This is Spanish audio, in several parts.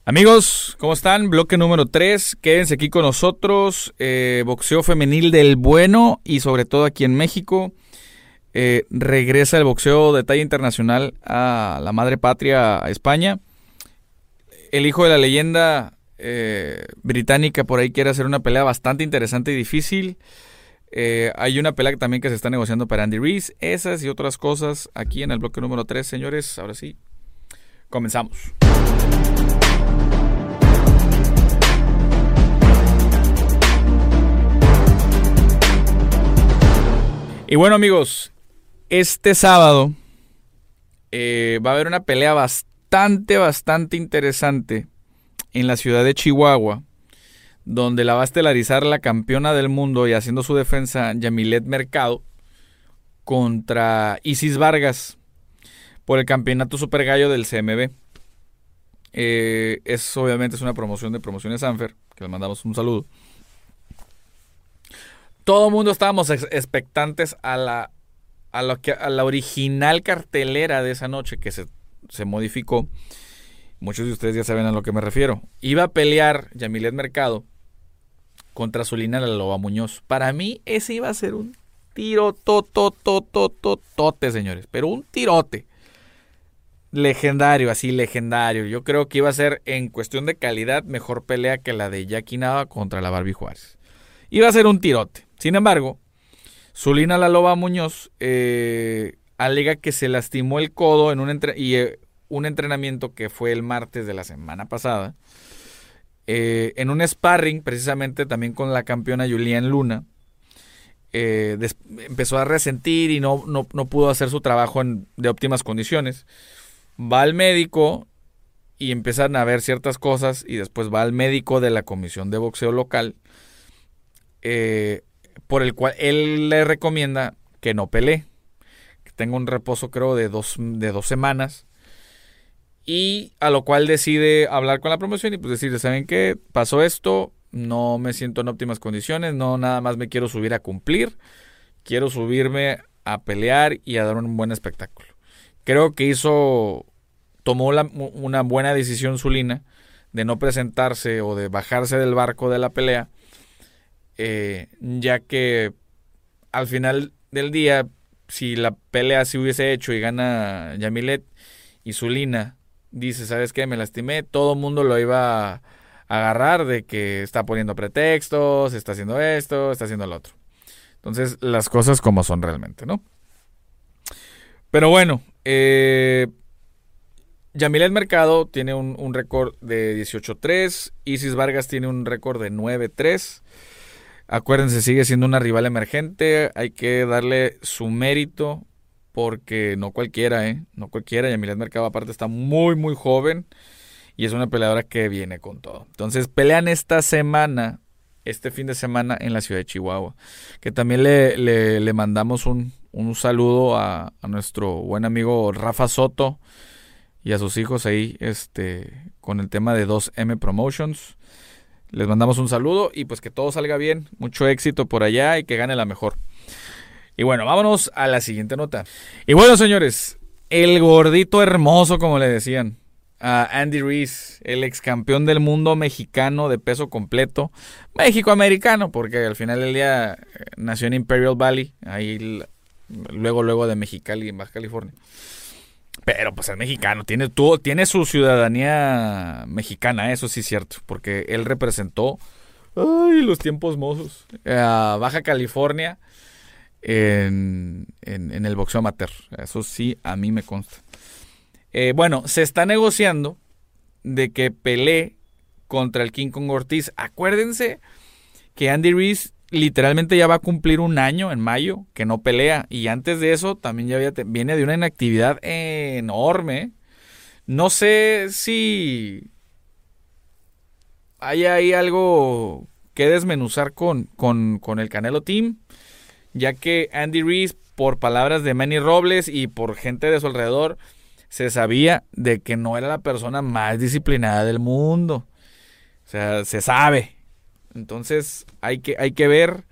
Amigos, ¿cómo están? Bloque número 3, quédense aquí con nosotros, boxeo femenil del bueno y sobre todo aquí en México. Regresa el boxeo de talla internacional a la madre patria, a España. El hijo de la leyenda británica por ahí quiere hacer una pelea bastante interesante y difícil. Hay una pelea también que se está negociando para Andy Ruiz. Esas y otras cosas aquí en el bloque número 3, señores. Ahora sí, comenzamos. Y bueno, amigos, este sábado va a haber una pelea bastante interesante en la ciudad de Chihuahua, donde la va a estelarizar la campeona del mundo y haciendo su defensa Yamilet Mercado contra Isis Vargas por el campeonato Super Gallo del CMB. Obviamente es una promoción de Promociones Sanfer, que le mandamos un saludo. Todo el mundo estábamos expectantes a la original cartelera de esa noche que se modificó. Muchos de ustedes ya saben a lo que me refiero. Iba a pelear Yamilet Mercado contra Zulina La Loba Muñoz. Para mí ese iba a ser un tiro tote, señores. Pero un tirote. Legendario, así legendario. Yo creo que iba a ser, en cuestión de calidad, mejor pelea que la de Jackie Nava contra la Barbie Juárez. Iba a ser un tirote. Sin embargo, Zulina La Loba Muñoz alega que se lastimó el codo en un entrenamiento que fue el martes de la semana pasada. En un sparring, precisamente también con la campeona Julián Luna. Empezó a resentir y no pudo hacer su trabajo de óptimas condiciones. Va al médico y empiezan a ver ciertas cosas y después va al médico de la comisión de boxeo local, por el cual él le recomienda que no pelee, que tenga un reposo creo de dos semanas, y a lo cual decide hablar con la promoción y pues decirle, ¿saben qué? Pasó esto, no me siento en óptimas condiciones, no nada más me quiero subir a cumplir, quiero subirme a pelear y a dar un buen espectáculo. Creo que tomó una buena decisión Zulina de no presentarse o de bajarse del barco de la pelea, ya que al final del día, si la pelea se hubiese hecho y gana Yamilet y Zulina dice, ¿sabes qué? Me lastimé, todo el mundo lo iba a agarrar de que está poniendo pretextos, está haciendo esto, está haciendo lo otro. Entonces, las cosas como son realmente, ¿no? Pero bueno, Yamilet Mercado tiene un récord de 18-3, Isis Vargas tiene un récord de 9-3. Acuérdense, sigue siendo una rival emergente, hay que darle su mérito porque no cualquiera, no cualquiera. Yamilet Mercado aparte está muy joven y es una peleadora que viene con todo. Entonces pelean este fin de semana en la ciudad de Chihuahua, que también le mandamos un saludo a nuestro buen amigo Rafa Soto y a sus hijos ahí con el tema de 2M Promotions. Les mandamos un saludo y pues que todo salga bien, mucho éxito por allá y que gane la mejor. Y bueno, vámonos a la siguiente nota. Y bueno, señores, el gordito hermoso, como le decían, a Andy Ruiz, el ex campeón del mundo mexicano de peso completo, México-americano, porque al final del día nació en Imperial Valley, ahí luego de Mexicali, en Baja California. Pero pues es mexicano, tiene su ciudadanía mexicana, eso sí es cierto, porque él representó los tiempos mozos a Baja California en el boxeo amateur. Eso sí, a mí me consta. Bueno, se está negociando de que pelee contra el King Kong Ortiz. Acuérdense que Andy Ruiz literalmente ya va a cumplir un año en mayo que no pelea, y antes de eso también viene de una inactividad enorme. No sé si hay ahí algo que desmenuzar con el Canelo Team, ya que Andy Ruiz, por palabras de Manny Robles y por gente de su alrededor, se sabía de que no era la persona más disciplinada del mundo. O sea, se sabe. Entonces hay que ver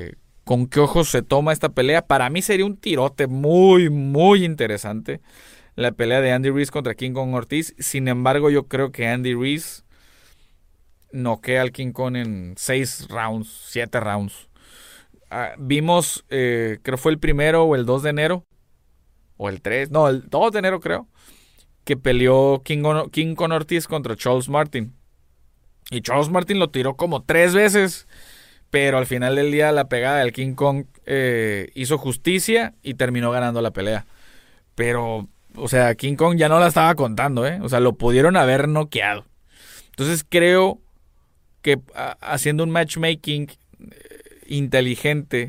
con qué ojos se toma esta pelea. Para mí sería un tirote muy interesante. la pelea de Andy Ruiz contra King Kong Ortiz. Sin embargo, yo creo que Andy Ruiz noquea al King Kong en 6 rounds, 7 rounds. Vimos, creo fue el 1 o el 2 de enero, o el 3, no, el 2 de enero creo, que peleó King Kong Ortiz contra Charles Martin. Y Charles Martin lo tiró como 3 veces, pero al final del día la pegada del King Kong hizo justicia y terminó ganando la pelea. Pero, o sea, King Kong ya no la estaba contando, o sea, lo pudieron haber noqueado. Entonces creo que haciendo un matchmaking inteligente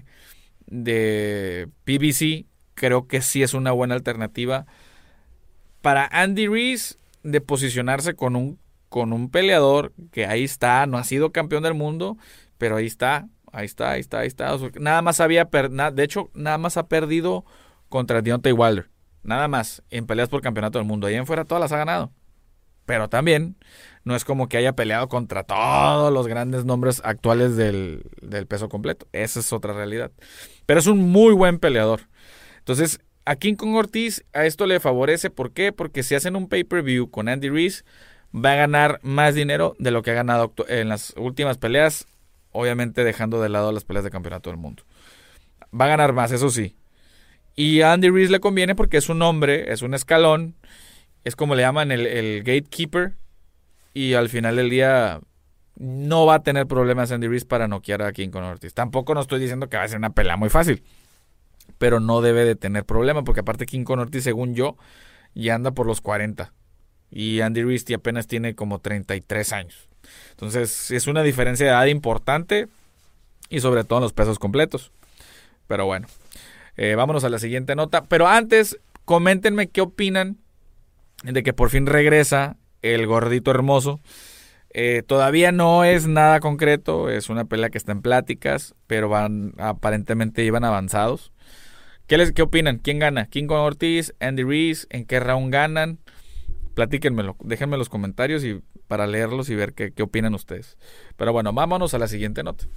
de PBC, creo que sí es una buena alternativa para Andy Ruiz de posicionarse con un peleador que ahí está, no ha sido campeón del mundo, pero ahí está. O sea, nada más de hecho, nada más ha perdido contra Deontay Wilder, nada más en peleas por campeonato del mundo. Ahí en fuera todas las ha ganado. Pero también no es como que haya peleado contra todos los grandes nombres actuales del peso completo. Esa es otra realidad. Pero es un muy buen peleador. Entonces, a King Kong Ortiz a esto le favorece. ¿Por qué? Porque si hacen un pay-per-view con Andy Ruiz, va a ganar más dinero de lo que ha ganado en las últimas peleas. Obviamente dejando de lado las peleas de campeonato del mundo. Va a ganar más, eso sí. Y a Andy Ruiz le conviene porque es un hombre, es un escalón. Es como le llaman el gatekeeper. Y al final del día no va a tener problemas Andy Ruiz para noquear a King Kong Ortiz. Tampoco no estoy diciendo que va a ser una pelea muy fácil. Pero no debe de tener problema. Porque aparte King Kong Ortiz, según yo, ya anda por los 40. Y Andy Ruiz apenas tiene como 33 años. Entonces es una diferencia de edad importante. Y sobre todo en los pesos completos. Pero bueno. Vámonos a la siguiente nota. Pero antes, coméntenme qué opinan de que por fin regresa el gordito hermoso. Todavía no es nada concreto, es una pelea que está en pláticas, pero aparentemente iban avanzados. ¿Qué opinan? ¿Quién gana? ¿King Kong Ortiz? ¿Andy Ruiz? ¿En qué round ganan? Platíquenmelo, déjenme los comentarios y para leerlos y ver qué opinan ustedes. Pero bueno, vámonos a la siguiente nota.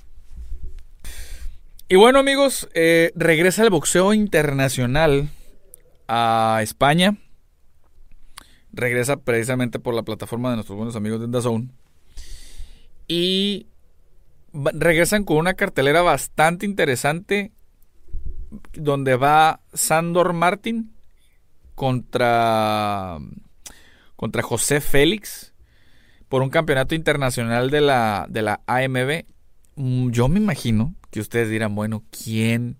Y bueno, amigos, regresa el boxeo internacional a España. Regresa precisamente por la plataforma de nuestros buenos amigos de DAZN. Y regresan con una cartelera bastante interesante, donde va Sandor Martin contra José Félix por un campeonato internacional de la AMB. Yo me imagino que ustedes dirán, bueno, ¿quién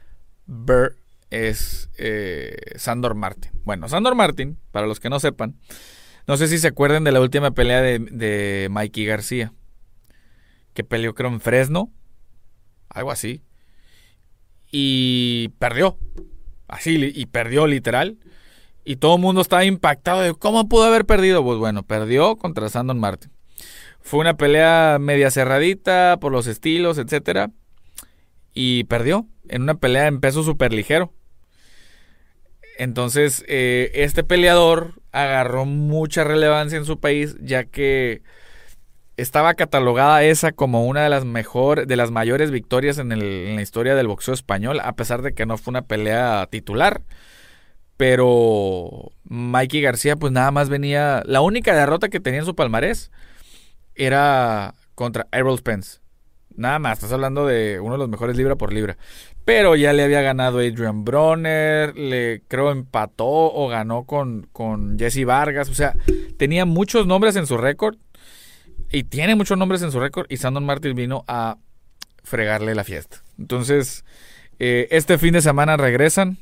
es Sandor Martin? Bueno, Sandor Martin, para los que no sepan, no sé si se acuerdan de la última pelea de Mikey García, que peleó creo en Fresno, algo así, y perdió, así, y perdió literal, y todo el mundo estaba impactado de cómo pudo haber perdido. Pues bueno, perdió contra Sandor Martin. Fue una pelea media cerradita por los estilos, etcétera, y perdió en una pelea en peso súper ligero. Entonces, este peleador agarró mucha relevancia en su país, ya que estaba catalogada esa como una de las mayores victorias en la historia del boxeo español, a pesar de que no fue una pelea titular. Pero Mikey García pues nada más venía, la única derrota que tenía en su palmarés era contra Errol Spence. Nada más, estás hablando de uno de los mejores libra por libra. Pero ya le había ganado Adrian Broner, creo empató o ganó con Jesse Vargas. O sea, tenía muchos nombres en su récord. Y tiene muchos nombres en su récord. Y Sandor Martin vino a fregarle la fiesta. Entonces, este fin de semana regresan.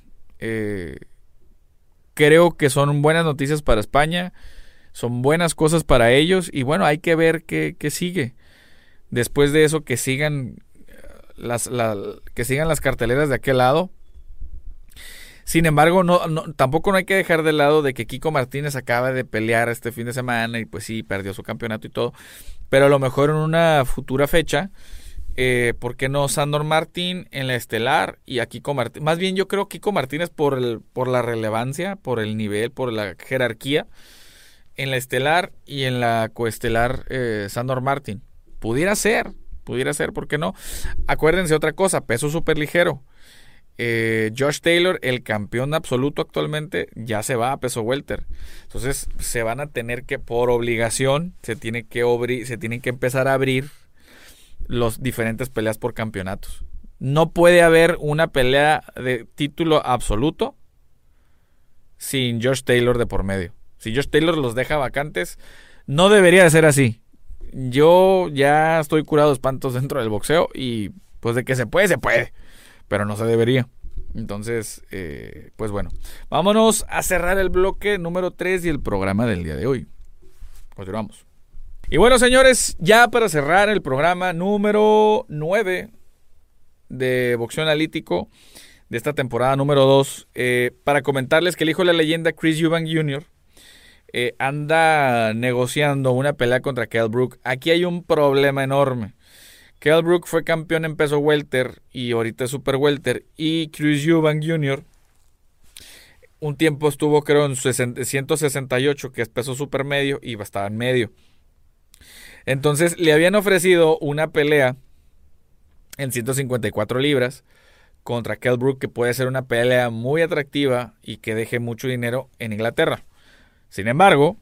Creo que son buenas noticias para España. Son buenas cosas para ellos. Y bueno, hay que ver qué sigue. Después de eso, que sigan las carteleras de aquel lado. Sin embargo, tampoco no hay que dejar de lado de que Kiko Martínez acaba de pelear este fin de semana y pues sí, perdió su campeonato y todo. Pero a lo mejor en una futura fecha, ¿por qué no Sandor Martin en la estelar y a Kiko Martínez? Más bien yo creo Kiko Martínez por la relevancia, por el nivel, por la jerarquía en la estelar y en la coestelar Sandor Martin. Pudiera ser, ¿por qué no? Acuérdense otra cosa, peso súper ligero. Josh Taylor, el campeón absoluto actualmente, ya se va a peso welter. Entonces se van a tener que, por obligación, se tienen que empezar a abrir los diferentes peleas por campeonatos. No puede haber una pelea de título absoluto sin Josh Taylor de por medio. Si Josh Taylor los deja vacantes, no debería de ser así. Yo ya estoy curado de espantos dentro del boxeo y pues de que se puede, pero no se debería. Entonces, pues bueno, vámonos a cerrar el bloque número 3 y el programa del día de hoy. Continuamos. Y bueno, señores, ya para cerrar el programa número 9 de Boxeo Analítico de esta temporada número 2, para comentarles que el hijo de la leyenda Chris Eubank Jr. Anda negociando una pelea contra Kell Brook. Aquí hay un problema enorme. Kell Brook fue campeón en peso welter y ahorita es super welter, y Chris Eubank Jr. un tiempo estuvo, creo, en 168, que es peso super medio, y estaba en medio. Entonces le habían ofrecido una pelea en 154 libras contra Kell Brook, que puede ser una pelea muy atractiva y que deje mucho dinero en Inglaterra. Sin embargo,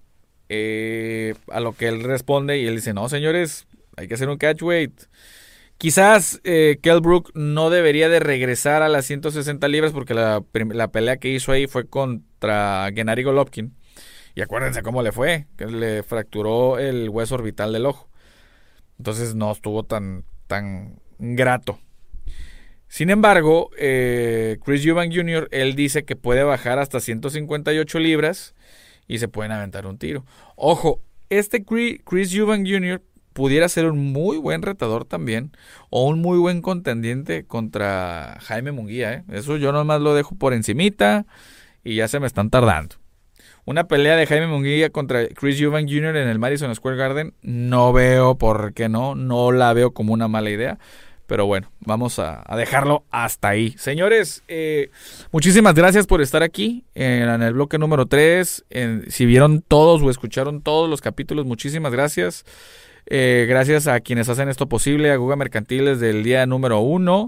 a lo que él responde, y él dice, no, señores, hay que hacer un catchweight. Quizás Kell Brook no debería de regresar a las 160 libras porque la pelea que hizo ahí fue contra Gennady Golovkin. Y acuérdense cómo le fue, que le fracturó el hueso orbital del ojo. Entonces no estuvo tan grato. Sin embargo, Chris Eubank Jr., él dice que puede bajar hasta 158 libras y se pueden aventar un tiro. Ojo, Chris Eubank Jr. pudiera ser un muy buen retador también, o un muy buen contendiente contra Jaime Munguía. Eso yo nomás lo dejo por encimita y ya se me están tardando. Una pelea de Jaime Munguía contra Chris Eubank Jr. en el Madison Square Garden, no veo por qué no la veo como una mala idea. Pero bueno, vamos a dejarlo hasta ahí. Señores, muchísimas gracias por estar aquí en el bloque número 3. Si vieron todos o escucharon todos los capítulos, muchísimas gracias. Gracias a quienes hacen esto posible, a Guga Mercantiles del día número 1.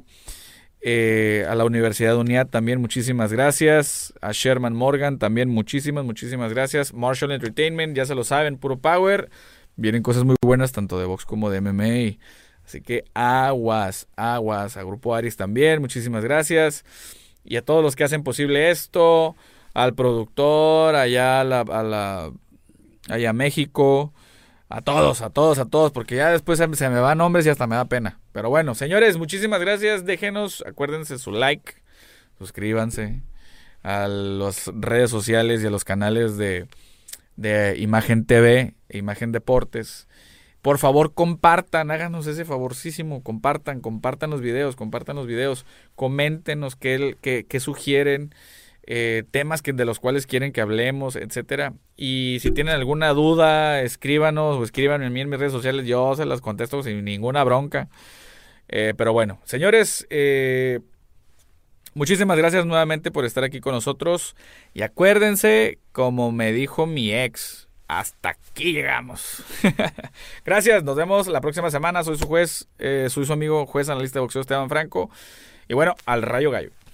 A la Universidad de UNIAD también muchísimas gracias, a Sherman Morgan también muchísimas gracias, Marshall Entertainment, ya se lo saben, puro power, vienen cosas muy buenas tanto de box como de MMA, así que aguas, a Grupo Aris también, muchísimas gracias, y a todos los que hacen posible esto, al productor, allá allá a México, a todos, porque ya después se me van nombres y hasta me da pena. Pero bueno, señores, muchísimas gracias. Déjenos, acuérdense su like, suscríbanse a las redes sociales y a los canales de Imagen TV e Imagen Deportes. Por favor, compartan, háganos ese favorcísimo, compartan los videos, coméntenos qué sugieren. Temas de los cuales quieren que hablemos, etcétera. Y si tienen alguna duda, escríbanos o escríbanme a mí en mis redes sociales, yo se las contesto sin ninguna bronca. Pero bueno, señores, muchísimas gracias nuevamente por estar aquí con nosotros. Y acuérdense, como me dijo mi ex, hasta aquí llegamos. Gracias, nos vemos la próxima semana. Soy su amigo, juez analista de boxeo Esteban Franco. Y bueno, al rayo gallo.